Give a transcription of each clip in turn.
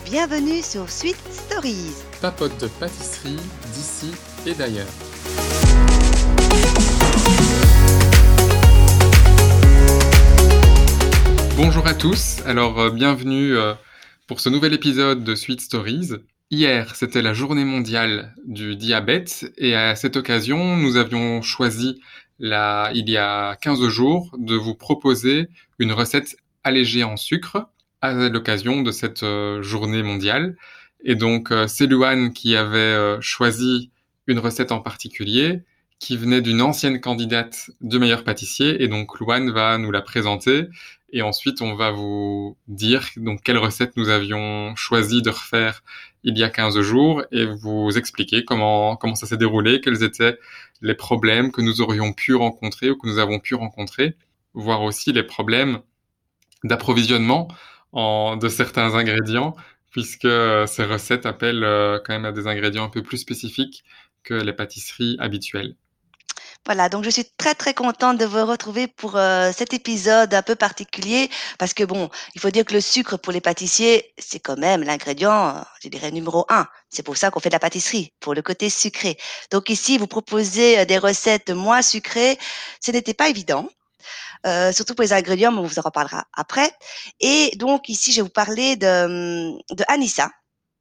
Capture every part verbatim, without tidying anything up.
Bienvenue sur Sweet Stories. Papote de pâtisserie d'ici et d'ailleurs. Bonjour à tous, alors euh, bienvenue euh, pour ce nouvel épisode de Sweet Stories. Hier, c'était la journée mondiale du diabète et à cette occasion, nous avions choisi, la, il y a quinze jours, de vous proposer une recette allégée en sucre à l'occasion de cette euh, journée mondiale. Et donc, euh, c'est Louane qui avait euh, choisi une recette en particulier qui venait d'une ancienne candidate de meilleur pâtissier. Et donc, Louane va nous la présenter. Et ensuite, on va vous dire donc quelle recette nous avions choisi de refaire il y a quinze jours et vous expliquer comment, comment ça s'est déroulé, quels étaient les problèmes que nous aurions pu rencontrer ou que nous avons pu rencontrer, voire aussi les problèmes d'approvisionnement en, de certains ingrédients, puisque euh, ces recettes appellent euh, quand même à des ingrédients un peu plus spécifiques que les pâtisseries habituelles. Voilà, donc je suis très très contente de vous retrouver pour euh, cet épisode un peu particulier parce que bon, il faut dire que le sucre pour les pâtissiers, c'est quand même l'ingrédient, euh, je dirais, numéro un. C'est pour ça qu'on fait de la pâtisserie, pour le côté sucré. Donc ici, vous proposez euh, des recettes moins sucrées. Ce n'était pas évident. Euh, surtout pour les ingrédients, mais on vous en reparlera après. Et donc ici, je vais vous parler de, hum, de Anissa,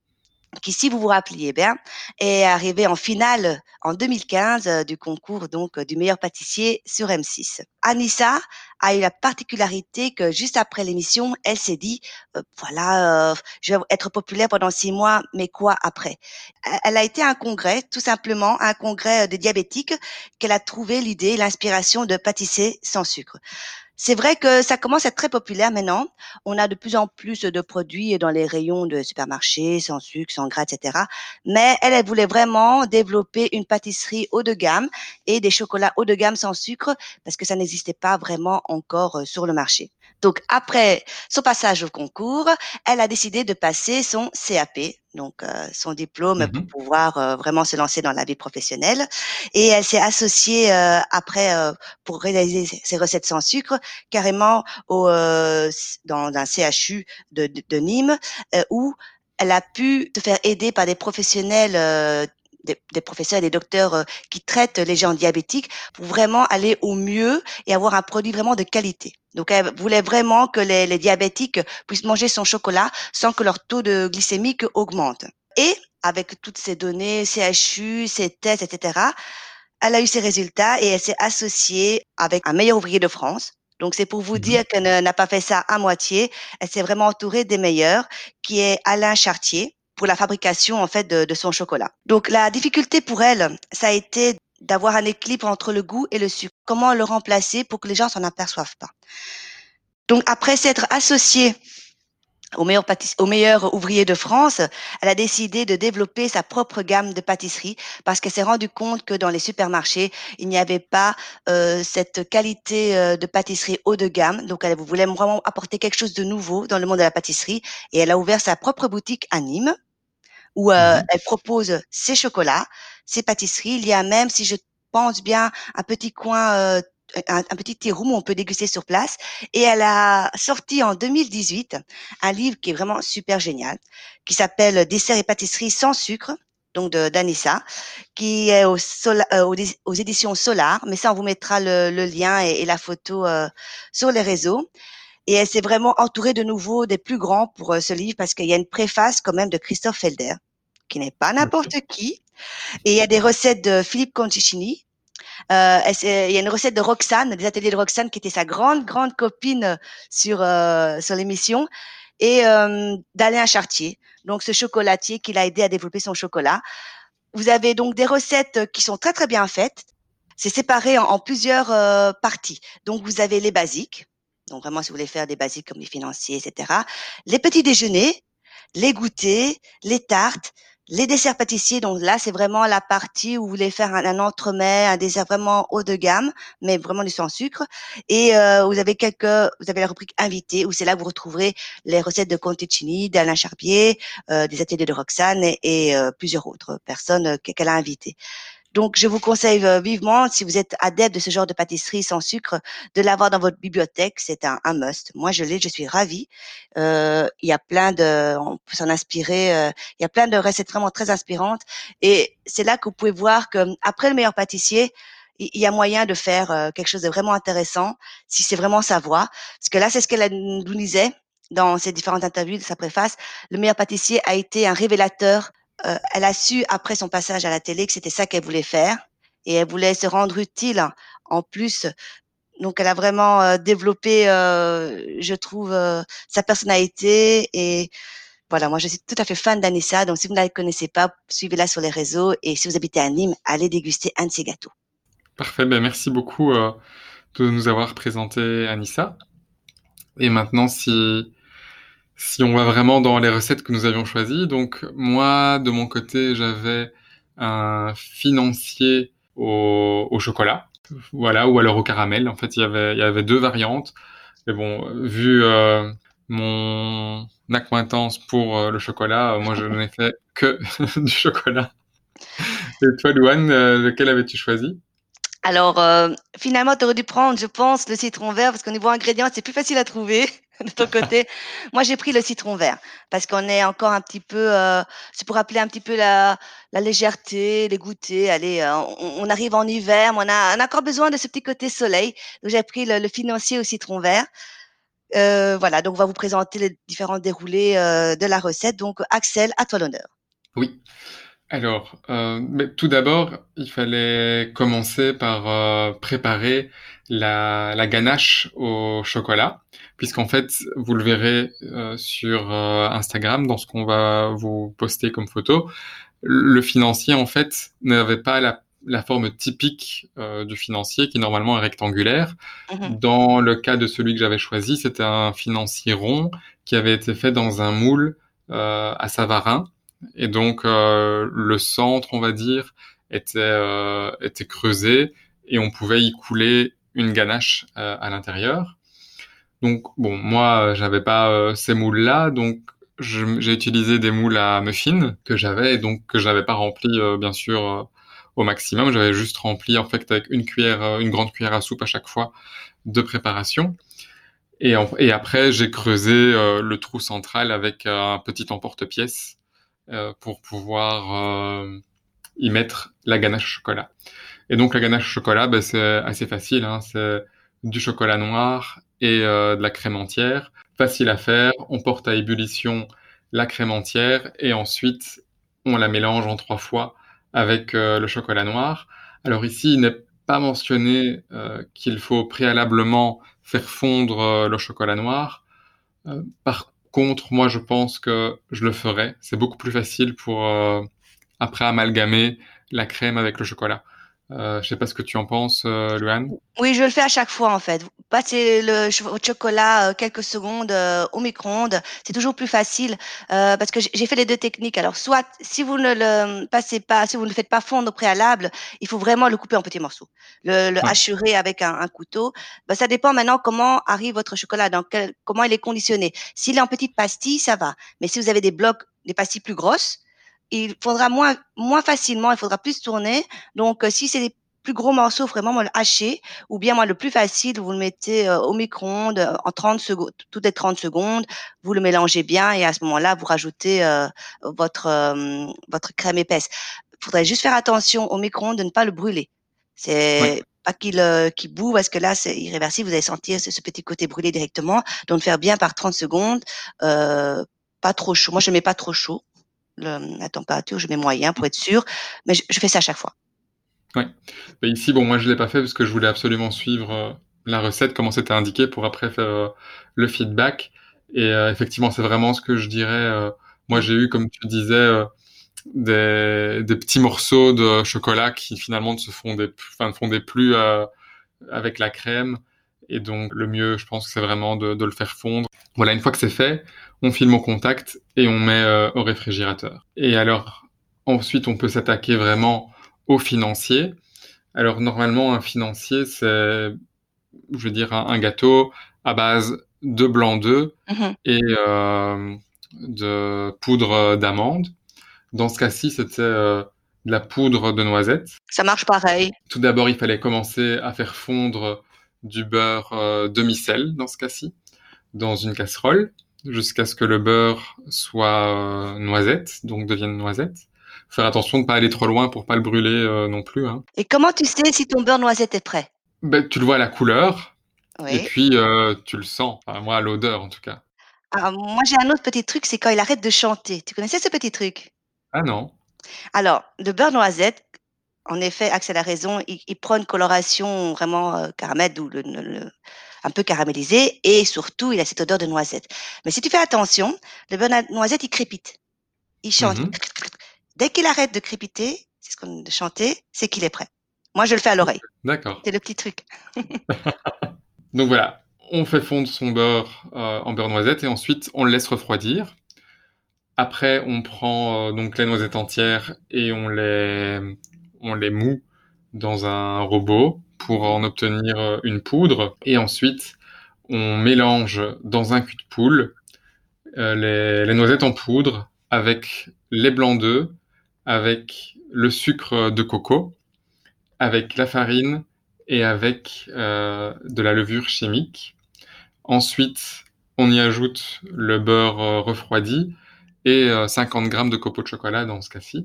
qui, si vous vous rappeliez bien, est arrivée en finale en deux mille quinze euh, du concours donc euh, du meilleur pâtissier sur M six. Anissa a eu la particularité que juste après l'émission, elle s'est dit euh, voilà, euh, je vais être populaire pendant six mois, mais quoi après? Elle a été à un congrès, tout simplement un congrès euh, des diabétiques, qu'elle a trouvé l'idée, l'inspiration de pâtisser sans sucre. C'est vrai que ça commence à être très populaire maintenant. On a de plus en plus de produits dans les rayons de supermarchés, sans sucre, sans gras, et cetera. Mais elle, elle voulait vraiment développer une pâtisserie haut de gamme et des chocolats haut de gamme sans sucre parce que ça n'existait pas vraiment encore euh, sur le marché. Donc, après son passage au concours, elle a décidé de passer son C A P, donc euh, son diplôme pour Mhm. pouvoir euh, vraiment se lancer dans la vie professionnelle. Et elle s'est associée euh, après euh, pour réaliser ses recettes sans sucre carrément au, euh, dans un C H U de, de, de Nîmes euh, où elle a pu se faire aider par des professionnels euh, des, des professeurs et des docteurs euh, qui traitent les gens diabétiques pour vraiment aller au mieux et avoir un produit vraiment de qualité. Donc, elle voulait vraiment que les, les diabétiques puissent manger son chocolat sans que leur taux de glycémique augmente. Et avec toutes ces données, C H U, ces tests, et cetera, elle a eu ses résultats et elle s'est associée avec un meilleur ouvrier de France. Donc, c'est pour vous Mhm. dire qu'elle ne- n'a pas fait ça à moitié. Elle s'est vraiment entourée des meilleurs, qui est Alain Chartier, pour la fabrication, en fait, de, de son chocolat. Donc, la difficulté pour elle, ça a été d'avoir un équilibre entre le goût et le sucre. Comment le remplacer pour que les gens s'en aperçoivent pas. Donc, après s'être associée au meilleur, pâtiss- au meilleur ouvrier de France, elle a décidé de développer sa propre gamme de pâtisserie parce qu'elle s'est rendue compte que dans les supermarchés, il n'y avait pas euh, cette qualité euh, de pâtisserie haut de gamme. Donc, elle voulait vraiment apporter quelque chose de nouveau dans le monde de la pâtisserie et elle a ouvert sa propre boutique à Nîmes où euh, Mhm. elle propose ses chocolats, ses pâtisseries. Il y a même, si je pense bien, un petit coin, euh, un, un petit tea room où on peut déguster sur place. Et elle a sorti en deux mille dix-huit un livre qui est vraiment super génial, qui s'appelle Dessert et pâtisserie sans sucre, donc de d'Anissa, qui est au Sola- euh, aux, aux éditions Solar. Mais ça, on vous mettra le, le lien et, et la photo euh, sur les réseaux. Et elle s'est vraiment entourée de nouveau des plus grands pour euh, ce livre parce qu'il y a une préface quand même de Christophe Felder, qui n'est pas Ok. n'importe qui. Et il y a des recettes de Philippe Concicini. Euh, elle s'est- il y a une recette de Roxane, des ateliers de Roxane, qui était sa grande, grande copine euh, sur, euh, sur l'émission. Et euh, d'Alain Chartier, donc ce chocolatier qui l'a aidé à développer son chocolat. Vous avez donc des recettes qui sont très, très bien faites. C'est séparé en, en plusieurs euh, parties. Donc, vous avez les basiques. Donc, vraiment, si vous voulez faire des basiques comme les financiers, et cetera. Les petits déjeuners, les goûters, les tartes, les desserts pâtissiers. Donc là, c'est vraiment la partie où vous voulez faire un, un entremets, un dessert vraiment haut de gamme, mais vraiment du sans sucre. Et euh, vous avez quelques, vous avez la rubrique invité où c'est là que vous retrouverez les recettes de Conticini, d'Alain Charbier, euh, des ateliers de Roxane et, et euh, plusieurs autres personnes euh, qu'elle a invitées. Donc, je vous conseille euh, vivement, si vous êtes adepte de ce genre de pâtisserie sans sucre, de l'avoir dans votre bibliothèque. C'est un, un must. Moi, je l'ai, je suis ravie. Euh, il y a plein de, on peut s'en inspirer. euh, il y a plein de recettes vraiment très inspirantes. Et c'est là que vous pouvez voir que après le meilleur pâtissier, il il y a moyen de faire euh, quelque chose de vraiment intéressant si c'est vraiment sa voix. Parce que là, c'est ce qu'elle a- nous disait dans ses différentes interviews de sa préface. Le meilleur pâtissier a été un révélateur. Euh, elle a su, après son passage à la télé, que c'était ça qu'elle voulait faire et elle voulait se rendre utile en plus. Donc, elle a vraiment euh, développé, euh, je trouve, euh, sa personnalité. Et voilà, moi, je suis tout à fait fan d'Anissa. Donc, si vous ne la connaissez pas, suivez-la sur les réseaux. Et si vous habitez à Nîmes, allez déguster un de ses gâteaux. Parfait, ben merci beaucoup euh, de nous avoir présenté Anissa. Et maintenant, si, si on va vraiment dans les recettes que nous avions choisies, donc moi, de mon côté, j'avais un financier au, au chocolat, voilà, ou alors au caramel. En fait, il y avait, il y avait deux variantes. Mais bon, vu euh, mon accointance pour euh, le chocolat, euh, moi, je n'ai fait que du chocolat. Et toi, Louane, euh, lequel avais-tu choisi? Alors, euh, finalement, tu aurais dû prendre, je pense, le citron vert parce qu'au niveau ingrédients, c'est plus facile à trouver de ton côté. Moi, j'ai pris le citron vert parce qu'on est encore un petit peu, euh, c'est pour rappeler un petit peu la, la légèreté, les goûters. Allez, euh, on, on arrive en hiver, mais on a, on a encore besoin de ce petit côté soleil. Donc, j'ai pris le, le financier au citron vert. Euh, voilà, donc on va vous présenter les différents déroulés euh, de la recette. Donc, Axel, à toi l'honneur. Oui. Alors, euh, mais tout d'abord, il fallait commencer par euh, préparer la, la ganache au chocolat, puisqu'en fait, vous le verrez euh, sur euh, Instagram dans ce qu'on va vous poster comme photo. Le financier, en fait, n'avait pas la, la forme typique euh, du financier, qui normalement est rectangulaire. Mhm, Dans le cas de celui que j'avais choisi, c'était un financier rond qui avait été fait dans un moule euh, à Savarin. Et donc, euh, le centre, on va dire, était, euh, était creusé et on pouvait y couler une ganache euh, à l'intérieur. Donc, bon, moi, j'avais pas euh, ces moules-là, donc je- j'ai utilisé des moules à muffins que j'avais et donc que j'avais pas rempli, euh, bien sûr, euh, au maximum. J'avais juste rempli, en fait, avec une cuillère, euh, une grande cuillère à soupe à chaque fois de préparation. Et, en- et après, j'ai creusé euh, le trou central avec euh, un petit emporte-pièce euh, pour pouvoir euh, y mettre la ganache au chocolat. Et donc la ganache au chocolat, ben, c'est assez facile, hein, c'est du chocolat noir et euh, de la crème entière. Facile à faire, on porte à ébullition la crème entière et ensuite on la mélange en trois fois avec euh, le chocolat noir. Alors ici, il n'est pas mentionné euh, qu'il faut préalablement faire fondre euh, le chocolat noir. Euh, par contre, moi, je pense que je le ferai. C'est beaucoup plus facile pour euh, après amalgamer la crème avec le chocolat. Euh, je sais pas ce que tu en penses, euh, Luan. oui, je le fais à chaque fois en fait. Vous passez le cho- au chocolat euh, quelques secondes euh, au micro-ondes, c'est toujours plus facile euh, parce que j'ai j'ai fait les deux techniques. Alors, soit si vous ne le passez pas, si vous ne le faites pas fondre au préalable, il faut vraiment le couper en petits morceaux, le, le Ouais, hachurer avec un, un couteau. Ben, ça dépend maintenant comment arrive votre chocolat, dans quel, comment il est conditionné. S'il est en petites pastilles, ça va. Mais si vous avez des blocs, des pastilles plus grosses, il faudra moins, moins facilement, il faudra plus tourner. Donc, euh, si c'est des plus gros morceaux, vraiment moi, le hacher, ou bien moi, le plus facile, vous le mettez euh, au micro-ondes euh, en trente secondes, toutes les trente secondes, vous le mélangez bien et à ce moment-là, vous rajoutez euh, votre, euh, votre crème épaisse. Il faudrait juste faire attention au micro-ondes de ne pas le brûler. ouais, C'est pas qu'il euh, qu'il bout parce que là, c'est irréversible, vous allez sentir ce, ce petit côté brûlé directement. Donc, faire bien par trente secondes, euh, pas trop chaud. Moi, je mets pas trop chaud. Le, la température, je mets moyen pour être sûr, mais je, je fais ça à chaque fois. ouais. Mais ici, bon, moi, je l'ai pas fait parce que je voulais absolument suivre euh, la recette, comment c'était indiqué pour après faire euh, le feedback. Et euh, effectivement, c'est vraiment ce que je dirais. euh, moi, Mm. j'ai eu, comme tu disais, euh, des, des petits morceaux de chocolat qui finalement ne se fondaient, plus- enfin, ne fondaient plus euh, avec la crème. Et donc, le mieux, je pense que c'est vraiment de, de le faire fondre. Voilà, une fois que c'est fait, on filme au contact et on met euh, au réfrigérateur. Et alors, ensuite, on peut s'attaquer vraiment au financier. Alors, normalement, un financier, c'est, je veux dire, un, un gâteau à base de blanc d'œuf Mhm. et euh, de poudre d'amande. Dans ce cas-ci, c'était euh, de la poudre de noisette. Ça marche pareil. Tout d'abord, il fallait commencer à faire fondre du beurre euh, demi-sel, dans ce cas-ci, dans une casserole, jusqu'à ce que le beurre soit euh, noisette, donc devienne noisette. Faire attention de ne pas aller trop loin pour pas le brûler euh, non plus. Hein. Et comment tu sais si ton beurre noisette est prêt? Ben, tu le vois à la couleur, et Oui. puis euh, tu le sens. Enfin, moi, à l'odeur, en tout cas. Ah, moi, j'ai un autre petit truc, c'est quand il arrête de chanter. Tu connaissais ce petit truc? Ah non. Alors, le beurre noisette, en effet, Axel a raison, il, il prend une coloration vraiment euh, caramel ou le, le- le- un peu caramélisée et surtout, il a cette odeur de noisette. Mais si tu fais attention, le beurre na- noisette, il crépite, il chante. Mhm. Dès qu'il arrête de crépiter, c'est ce qu'on de chanter, c'est qu'il est prêt. Moi, je le fais à l'oreille. D'accord. C'est le petit truc. Donc voilà, on fait fondre son beurre euh, en beurre noisette et ensuite on le laisse refroidir. Après, on prend euh, donc les noisettes entières et on les, on les moud dans un robot pour en obtenir euh, une poudre. Et ensuite, on mélange dans un cul de poule euh, les, les noisettes en poudre avec les blancs d'œufs, avec le sucre de coco, avec la farine et avec euh, de la levure chimique. Ensuite, on y ajoute le beurre euh, refroidi et euh, cinquante grammes de copeaux de chocolat dans ce cas-ci.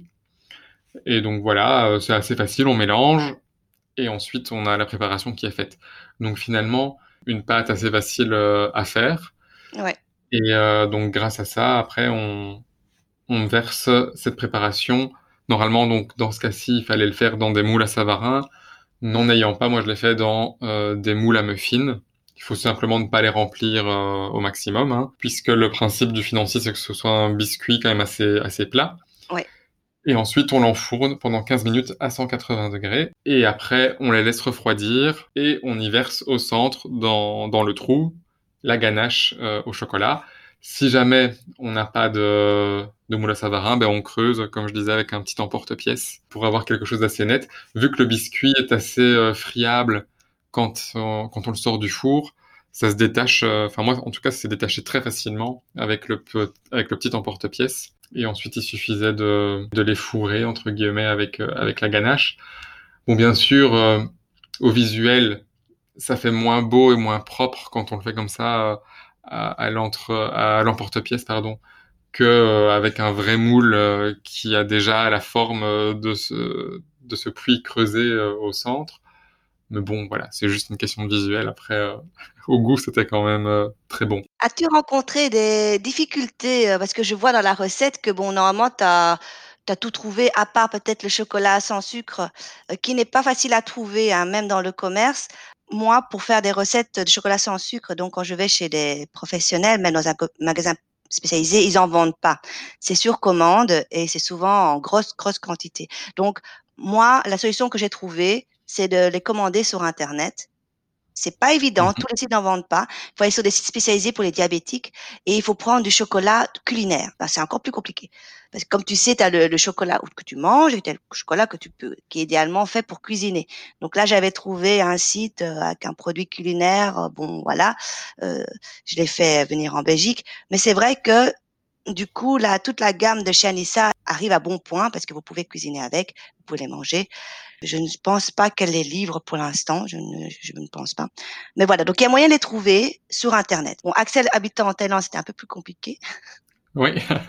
Et donc voilà, euh, c'est assez facile, on mélange et ensuite on a la préparation qui est faite. Donc finalement, une pâte assez facile euh, à faire. Ouais. Et euh, donc grâce à ça, après on, on verse cette préparation. Normalement, donc dans ce cas-ci, il fallait le faire dans des moules à Savarin. N'en ayant pas, moi je l'ai fait dans euh, des moules à muffins. Il faut simplement ne pas les remplir euh, au maximum, hein, puisque le principe du financier, c'est que ce soit un biscuit quand même assez, assez plat. Ouais. Et ensuite, on l'enfourne pendant quinze minutes à cent quatre-vingts degrés. Et après, on les laisse refroidir et on y verse au centre, dans, dans le trou, la ganache euh, au chocolat. Si jamais on n'a pas de, de moule à Savarin, ben on creuse, comme je disais, avec un petit emporte-pièce pour avoir quelque chose d'assez net. Vu que le biscuit est assez euh, friable quand, on- quand on le sort du four, ça se détache. euh, Enfin moi, en tout cas, c'est détaché très facilement avec le, pe- avec le petit emporte-pièce. Et ensuite, il suffisait de, de les fourrer, entre guillemets, avec, euh, avec la ganache. Bon, bien sûr, euh, au visuel, ça fait moins beau et moins propre quand on le fait comme ça euh, à, à l'entre, à l'emporte-pièce, pardon, que euh, avec un vrai moule euh, qui a déjà la forme euh, de ce, de ce puits creusé euh, au centre. Mais bon, voilà, c'est juste une question de visuel. Après, euh, au goût, c'était quand même euh, très bon. As-tu rencontré des difficultés, heu, parce que je vois dans la recette que bon, normalement, tu as tout trouvé à part peut-être le chocolat sans sucre, heu, qui n'est pas facile à trouver, hein, même dans le commerce. Moi, pour faire des recettes de chocolat sans sucre, donc quand je vais chez des professionnels, même dans un co magasin spécialisé, ils en vendent pas. C'est sur commande et c'est souvent en grosse, grosse quantité. Donc moi, la solution que j'ai trouvée, c'est de les commander sur internet. C'est pas évident, Mhm. tous les sites n'en vendent pas. Il faut aller sur des sites spécialisés pour les diabétiques et il faut prendre du chocolat culinaire. Ben, c'est encore plus compliqué. Parce que comme tu sais, tu as le, le chocolat que tu manges et tu as le chocolat que tu peux, qui est idéalement fait pour cuisiner. Donc là, j'avais trouvé un site euh, avec un produit culinaire. euh, Bon, voilà, euh, je l'ai fait venir en Belgique. Mais c'est vrai que du coup, là, toute la gamme de chez Anissa arrive à bon point parce que vous pouvez cuisiner avec, vous pouvez les manger. Je ne pense pas qu'elle les livre pour l'instant, je ne, je ne pense pas. Mais voilà, donc il y a moyen de les trouver sur Internet. Bon, Axel habitant en Thaïlande, c'était un peu plus compliqué. Oui.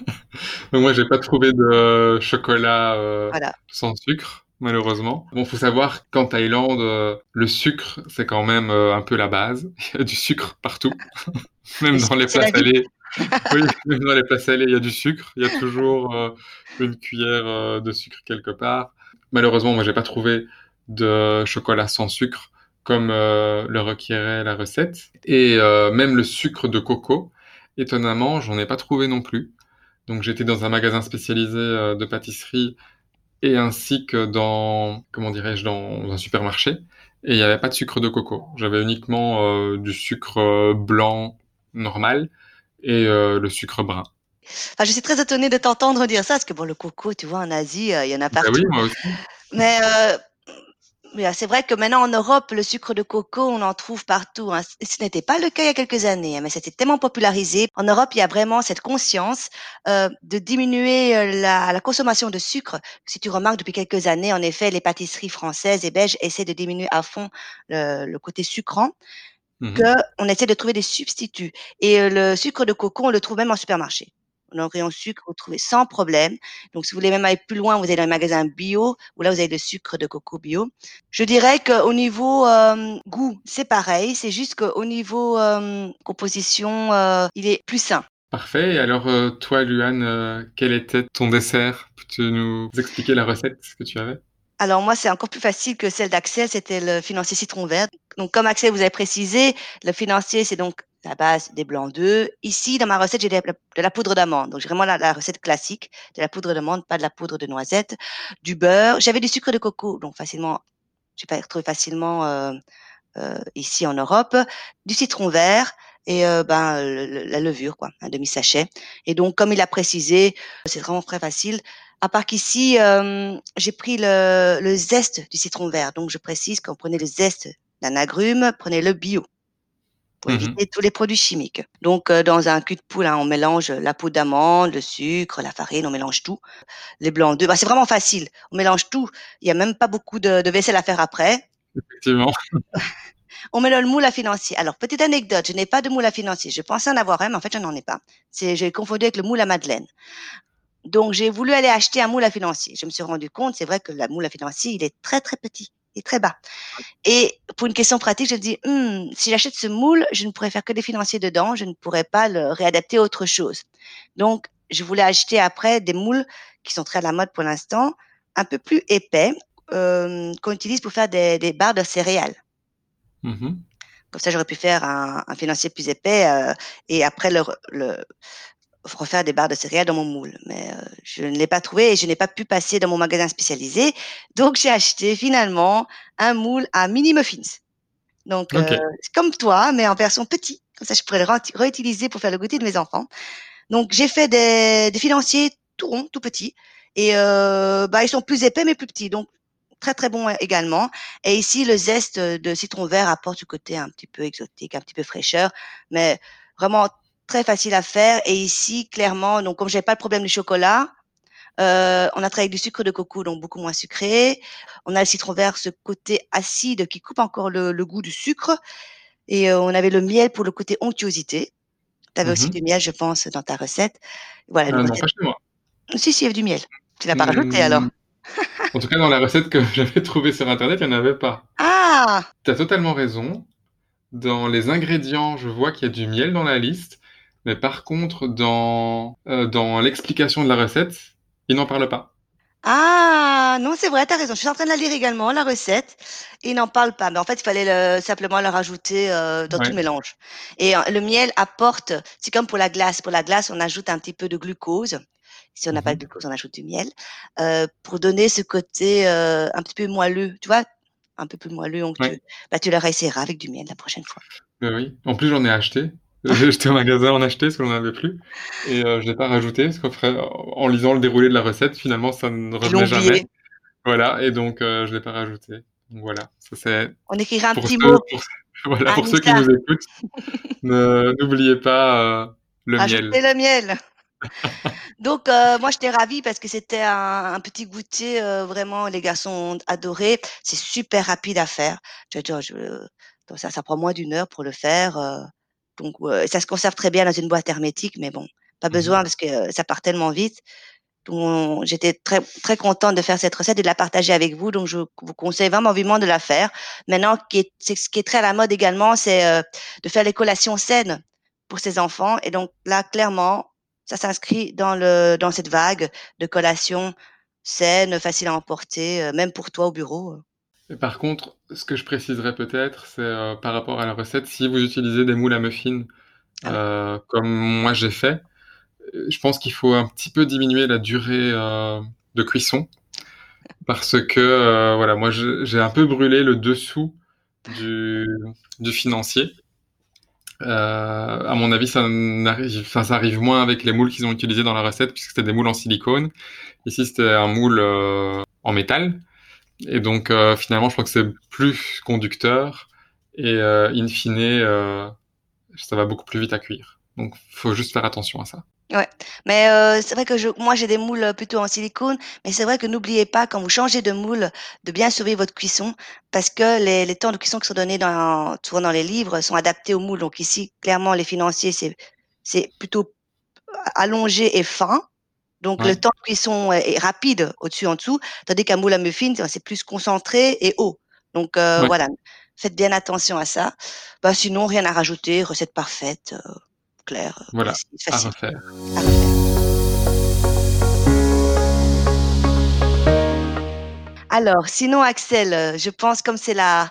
Donc moi, j'ai pas trouvé de chocolat euh, Voilà. sans sucre, malheureusement. Bon, faut savoir qu'en Thaïlande, euh, le sucre, c'est quand même euh, un peu la base. Il y a du sucre partout, Le même dans sucre, les c'est plats la vie. salés. Oui, même dans les plats salés, il y a du sucre. Il y a toujours euh, une cuillère euh, de sucre quelque part. Malheureusement, moi, j'ai pas trouvé de chocolat sans sucre comme euh, le requérait la recette. Et euh, même le sucre de coco, étonnamment, j'en ai pas trouvé non plus. Donc j'étais dans un magasin spécialisé euh, de pâtisserie et ainsi que dans, comment dirais-je, dans un supermarché. Et il n'y avait pas de sucre de coco. J'avais uniquement euh, du sucre euh, blanc normal et euh, le sucre brun. Enfin, je suis très étonnée de t'entendre dire ça, parce que bon, le coco, tu vois, en Asie, euh, il y en a Ben oui, partout. moi aussi. Mais euh, mais c'est vrai que maintenant en Europe, le sucre de coco, on en trouve partout, hein. C ce n'était pas le cas il y a quelques années, hein, mais c'était tellement popularisé. En Europe, il y a vraiment cette conscience, heu, de diminuer, heu, la la consommation de sucre. Si tu remarques depuis quelques années, en effet, les pâtisseries françaises et belges essaient de diminuer à fond le le côté sucrant, Mmh. qu'on essaie de trouver des substituts et heu, le sucre de coco, on le trouve même en supermarché. Dans le rayon sucre, vous le trouvez sans problème. Donc si vous voulez même aller plus loin, vous allez dans les magasins bio où là, vous avez le sucre de coco bio. Je dirais qu'au niveau, hem, goût, c'est pareil, c'est juste qu'au niveau, hem, composition, heu, il est plus sain. Parfait. Et alors, euh, toi, Luan, euh, quel était ton dessert? Peux-tu nous expliquer la recette que tu avais? Alors moi, c'est encore plus facile que celle d'Axel, c'était le financier citron vert. Donc comme Axel vous avez précisé, le financier, c'est donc la base des blancs d'œufs. Ici, dans ma recette, j'ai de la de la poudre d'amande. Donc j'ai vraiment la la recette classique, de la poudre d'amande, pas de la poudre de noisette, du beurre. J'avais du sucre de coco, donc facilement j'ai pas retrouvé facilement, heu heu, ici en Europe, du citron vert et heu, ben, le le la levure quoi, un demi sachet et donc comme il a précisé, c'est vraiment très facile. À part qu'ici, hem, j'ai pris le le zeste du citron vert, donc je précise quand vous prenez le zeste d'un agrume, prenez-le bio pour Mmh. éviter tous les produits chimiques. Donc heu, dans un cul de poule, hein, on mélange la poudre d'amande, le sucre, la farine, on mélange tout. Les blancs d'œufs, bah, c'est vraiment facile, on mélange tout, il y a même pas beaucoup de de vaisselle à faire après. Effectivement. On met le moule à financier. Alors, petite anecdote, je n'ai pas de moule à financier. Je pensais en avoir un, mais en fait, je n'en ai pas. C'est, j'ai confondu avec le moule à madeleine. Donc, j'ai voulu aller acheter un moule à financier. Je me suis rendu compte, c'est vrai que le moule à financier, il est très, très petit. Il est très bas. Et pour une question pratique, je me dis, Hum, si j'achète ce moule, je ne pourrais faire que des financiers dedans. Je ne pourrais pas le réadapter à autre chose. Donc, je voulais acheter après des moules qui sont très à la mode pour l'instant, un peu plus épais, euh, qu'on utilise pour faire des, des barres de céréales. Mmh. Comme ça, j'aurais pu faire un un financier plus épais, heu et après le re le refaire des barres de céréales dans mon moule. Mais, heu, je ne l'ai pas trouvé et je n'ai pas pu passer dans mon magasin spécialisé. Donc j'ai acheté finalement un moule à mini muffins. Donc, heu, OK. c'est comme toi, mais en version petit. Comme ça, je pourrais le renti réutiliser pour faire le goûter de mes enfants. Donc j'ai fait des des financiers tout ronds, tout petits et heu, bah, ils sont plus épais mais plus petits, donc très, très bons, heu, également et ici le zeste, de citron vert apporte ce côté un petit peu exotique, un petit peu fraîcheur, mais vraiment très facile à faire et ici clairement donc comme j'avais pas le problème du chocolat, heu, on a travaillé avec du sucre de coco donc beaucoup moins sucré. On a le citron vert, ce côté acide qui coupe encore le le goût du sucre et heu, on avait le miel pour le côté onctuosité. Tu avais aussi Mmh. du miel, je pense, dans ta recette. Voilà, une Heu, non, recette pas chez moi. si, si, il y avait du miel. Tu l'as pas rajouté Mmh, alors? en tout cas, dans la recette que j'avais trouvée sur internet, il y en avait pas. Ah! Tu as totalement raison. Dans les ingrédients, je vois qu'il y a du miel dans la liste, mais par contre, dans, heu, dans l'explication de la recette, il n'en parle pas. Ah! Non, c'est vrai, tu as raison. Je suis en train de la lire également, la recette, et il n'en parle pas. Mais en fait, il fallait le simplement le rajouter, heu, dans tout le Ouais. mélange et heu, le miel apporte c'est comme pour la glace. Pour la glace, on ajoute un petit peu de glucose. Si on n'a pas de Mmh. glucose, on ajoute du miel, heu, pour donner ce côté, heu, un petit peu moelleux, tu vois? Un peu plus moelleux, Ouais. onctueux. Bah, tu le réessayeras avec du miel la prochaine fois. Bah, oui. En plus, j'en ai acheté. J'étais au magasin en acheter parce qu'on en avait plus et heu, je l'ai pas rajouté parce qu'après, en lisant le déroulé de la recette, finalement, ça ne Ils l'ont revenait jamais. oublié. Voilà et donc heu, je l'ai pas rajouté. Donc voilà, ça c'est On écrira un pour petit ceux mot. pour voilà, pour ceux qui Anissa, nous écoutent, ne n'oubliez pas, heu, le miel. rajoutez le miel. Donc heu, moi j'étais ravie parce que c'était un un petit goûter, heu, vraiment les garçons ont adoré. C'est super rapide à faire. Je veux dire je donc ça ça prend moins d'une heure pour le faire, heu, donc heu, ça se conserve très bien dans une boîte hermétique, mais bon, pas Mmh mh. besoin parce que, heu, ça part tellement vite. Donc j'étais très très contente de faire cette recette et de la partager avec vous, donc je vous conseille vraiment vivement de la faire. Maintenant, qui est c'est ce qui est très à la mode également, c'est, heu, de faire les collations saines pour ses enfants et donc là, clairement, ça s'inscrit dans le dans cette vague de collations saines, faciles à emporter, heu, même pour toi au bureau, heu. Et par contre, ce que je préciserais peut-être, c'est, heu, par rapport à la recette, si vous utilisez des moules à muffins, Ah oui. heu, comme moi j'ai fait, heu, je pense qu'il faut un petit peu diminuer la durée, heu, de cuisson parce que, heu, voilà, moi je j'ai un peu brûlé le dessous du du financier. Heu, à mon avis, ça n'arrive enfin, ça arrive moins avec les moules qu'ils ont utilisés dans la recette puisque c'était des moules en silicone. Ici, c'était un moule, heu, en métal Et donc, euh, finalement, je crois que c'est plus conducteur et euh, in fine, euh, ça va beaucoup plus vite à cuire. Donc, faut juste faire attention à ça. Ouais, mais euh, c'est vrai que je, moi j'ai des moules plutôt en silicone, mais c'est vrai que n'oubliez pas quand vous changez de moule de bien surveiller votre cuisson parce que les, les temps de cuisson qui sont donnés dans, souvent dans les livres sont adaptés au moule. Donc ici, clairement, les financiers, c'est, c'est plutôt allongé et fin. Donc le Ouais, temps de cuisson est, est rapide au-dessus en dessous, tandis qu'un moule à muffins, c'est plus concentré et haut. Donc euh, ouais, voilà, faites bien attention à ça. Bah, sinon, rien à rajouter, recette parfaite, euh, claire, euh, voilà, précise, à facile refaire. à refaire. Alors, sinon, Axel, euh, je pense comme c'est la,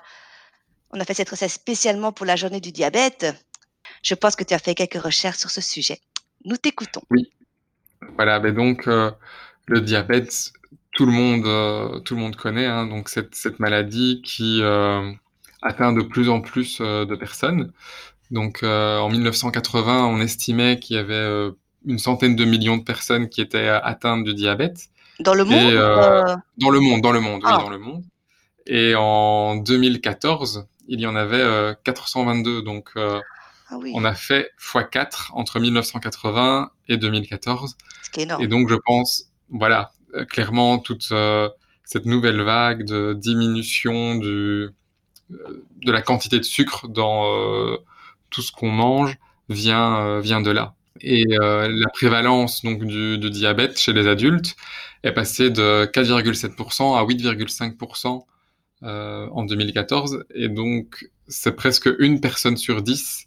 on a fait cette recette spécialement pour la journée du diabète, je pense que tu as fait quelques recherches sur ce sujet. Nous t'écoutons. Oui, voilà. Ben donc, euh, le diabète, tout le monde, euh, tout le monde connaît, hein, donc cette, cette maladie qui euh, atteint de plus en plus euh, de personnes. Donc, euh, en mille neuf cent quatre-vingts, on estimait qu'il y avait euh, une centaine de millions de personnes qui étaient atteintes du diabète. Dans le monde Et ou euh, euh, dans le monde, dans le monde, oui, ah, dans le monde. Et en deux mille quatorze, il y en avait euh, quatre cent vingt-deux. Donc, euh, ah oui, on a fait fois quatre entre mille neuf cent quatre-vingts et deux mille quatorze. ce qui est Et énorme. donc, je pense, voilà, euh, clairement, toute euh, cette nouvelle vague de diminution du, euh, de la quantité de sucre dans euh, tout ce qu'on mange vient, euh, vient de là. Et euh, la prévalence donc du, du diabète chez les adultes est passée de quatre virgule sept pour cent à huit virgule cinq pour cent euh, en deux mille quatorze. Et donc, c'est presque une personne sur dix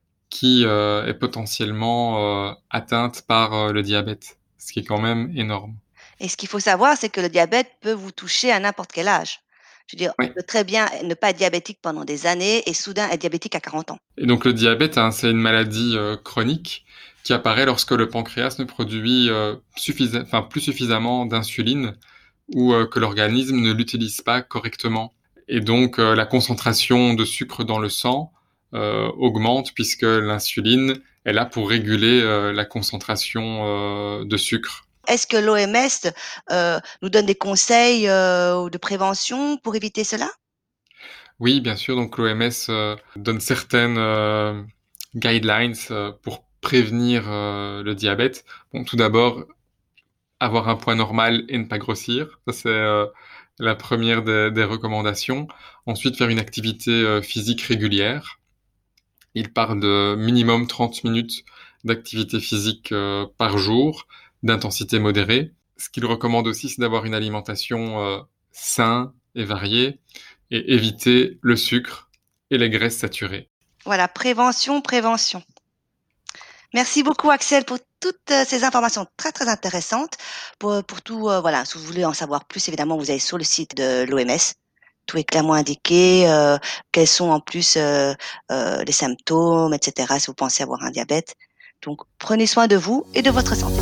qui euh, est potentiellement euh, atteinte par euh, le diabète, ce qui est quand même énorme. Et ce qu'il faut savoir, c'est que le diabète peut vous toucher à n'importe quel âge. Je veux dire, on Oui. peut très bien ne pas être diabétique pendant des années et soudain être diabétique à quarante ans. Et donc le diabète, hein, c'est une maladie euh, chronique qui apparaît lorsque le pancréas ne produit euh, suffisa- enfin, plus suffisamment d'insuline ou euh, que l'organisme ne l'utilise pas correctement. Et donc euh, la concentration de sucre dans le sang euh, augmente puisque l'insuline est là pour réguler euh, la concentration euh, de sucre. Est-ce que l'O M S euh, nous donne des conseils euh, de prévention pour éviter cela? Oui, bien sûr, donc l'O M S euh, donne certaines euh, guidelines euh, pour prévenir euh, le diabète. Bon, tout d'abord, avoir un poids normal et ne pas grossir. Ça, c'est euh, la première des, des recommandations. Ensuite, faire une activité euh, physique régulière. Il parle de minimum trente minutes d'activité physique euh, par jour, d'intensité modérée. Ce qu'il recommande aussi, c'est d'avoir une alimentation euh, saine et variée et éviter le sucre et les graisses saturées. Voilà, prévention, prévention. Merci beaucoup, Axel, pour toutes euh, ces informations très, très intéressantes. Pour, pour tout, euh, voilà, si vous voulez en savoir plus, évidemment, vous allez sur le site de l'O M S. Tout est clairement indiqué, euh, quels sont en plus euh, euh, les symptômes, et cetera, si vous pensez avoir un diabète. Donc, prenez soin de vous et de votre santé.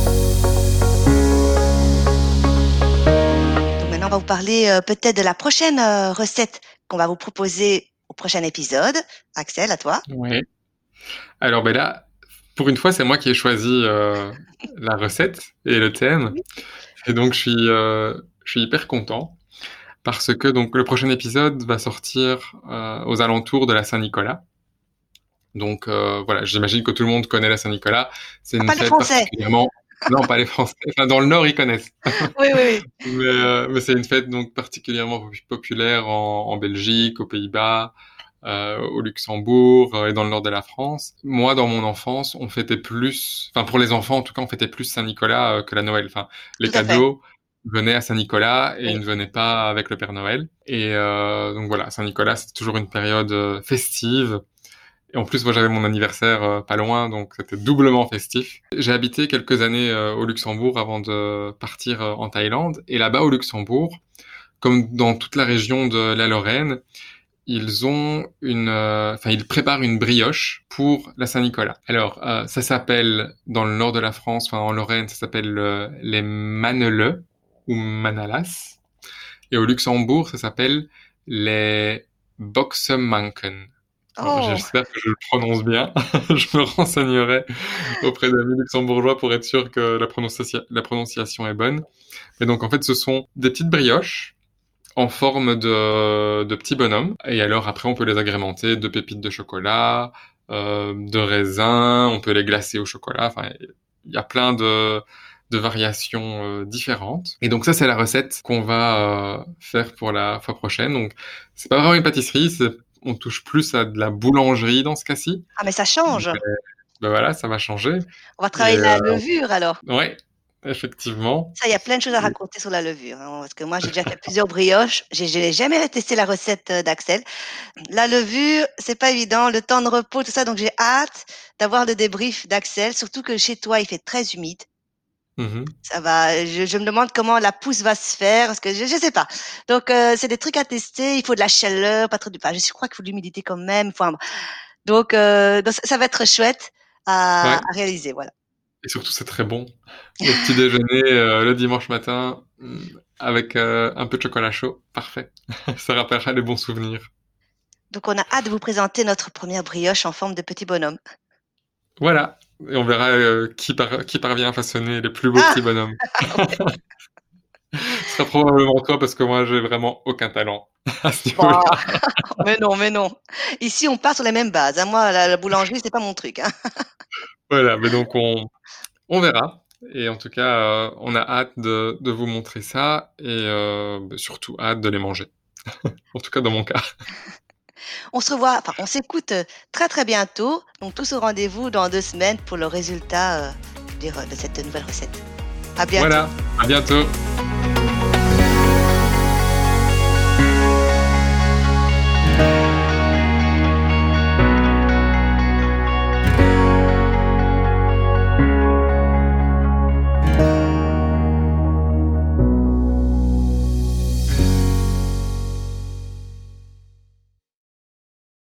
Donc, maintenant, on va vous parler euh, peut-être de la prochaine euh, recette qu'on va vous proposer au prochain épisode. Axel, à toi. Ouais. Alors ben là, pour une fois, c'est moi qui ai choisi euh, la recette et le thème. Et donc, je suis, euh, je suis hyper content parce que donc le prochain épisode va sortir euh, aux alentours de la Saint-Nicolas. Donc euh, voilà, j'imagine que tout le monde connaît la Saint-Nicolas. C'est Ah, une pas les fête Français. particulièrement... Non, pas les Français. Enfin, dans le Nord, ils connaissent. Oui, oui, oui. Mais, euh, mais c'est une fête donc particulièrement popu- populaire en, en Belgique, aux Pays-Bas, euh, au Luxembourg euh, et dans le nord de la France. Moi, dans mon enfance, on fêtait plus, enfin pour les enfants en tout cas, on fêtait plus Saint-Nicolas euh, que la Noël. Enfin, les Tout à fait. cadeaux venaient à Saint-Nicolas et ils Oui. ne venaient pas avec le Père Noël. Et euh, donc voilà, Saint-Nicolas, c'est toujours une période euh, festive. Et en plus, moi, j'avais mon anniversaire euh, pas loin, donc c'était doublement festif. J'ai habité quelques années euh, au Luxembourg avant de partir euh, en Thaïlande. Et là-bas, au Luxembourg, comme dans toute la région de la Lorraine, ils ont une, euh, enfin, ils préparent une brioche pour la Saint-Nicolas. Alors, euh, ça s'appelle, dans le nord de la France, enfin, en Lorraine, ça s'appelle euh, les maneleux ou manalas. Et au Luxembourg, ça s'appelle les boxemanken. Alors, Oh, j'espère que je le prononce bien. Je me renseignerai auprès d'amis luxembourgeois pour être sûr que la, prononciation, la prononciation est bonne. Mais donc, en fait, ce sont des petites brioches en forme de, de petits bonhommes. Et alors après, on peut les agrémenter de pépites de chocolat, euh, de raisins, on peut les glacer au chocolat. Enfin, il y a plein de, de variations euh, différentes. Et donc ça, c'est la recette qu'on va euh, faire pour la fois prochaine. Donc, c'est pas vraiment une pâtisserie, c'est, on touche plus à de la boulangerie dans ce cas-ci. Ah, mais ça Donc, change. euh, ben voilà, ça va changer. On va Et travailler euh, la levure alors. ouais, effectivement. Ça, il y a plein de choses à raconter sur la levure, hein, parce que moi, j'ai déjà fait plusieurs brioches. J'ai, je n'ai jamais testé la recette euh, d'Axel. La levure, c'est pas évident, le temps de repos, tout ça. Donc, j'ai hâte d'avoir le débrief d'Axel, surtout que chez toi, il fait très humide. Mhm. Ça va, je, je me demande comment la pousse va se faire, parce que je, je sais pas. Donc, euh, c'est des trucs à tester. Il faut de la chaleur, pas trop de, enfin, je crois qu'il faut de l'humidité quand même. Il faut un- donc, euh, donc, ça ça va être chouette à, Ouais. à réaliser, voilà. Et surtout, c'est très bon. Au petit déjeuner, euh, le dimanche matin, mm, avec euh, un peu de chocolat chaud, parfait. Ça rappellera les bons souvenirs. Donc, on a hâte de vous présenter notre première brioche en forme de petit bonhomme. Voilà. Et on verra euh, qui, par- qui parvient à façonner les plus beaux Ah! petits bonhommes. Ce sera probablement toi parce que moi, j'ai vraiment aucun talent à ce Bah, niveau-là. mais non, mais non. Ici, on part sur les mêmes bases, hein. Moi, la, la boulangerie, c'est pas mon truc, hein. Voilà, mais donc on, on verra. Et en tout cas, euh, on a hâte de, de vous montrer ça et euh, bah, surtout hâte de les manger. En tout cas, dans mon cas. On se revoit, enfin, on s'écoute euh, très très bientôt. Donc, tous au rendez-vous dans deux semaines pour le résultat euh, de de cette nouvelle recette. À bientôt. Voilà, à bientôt.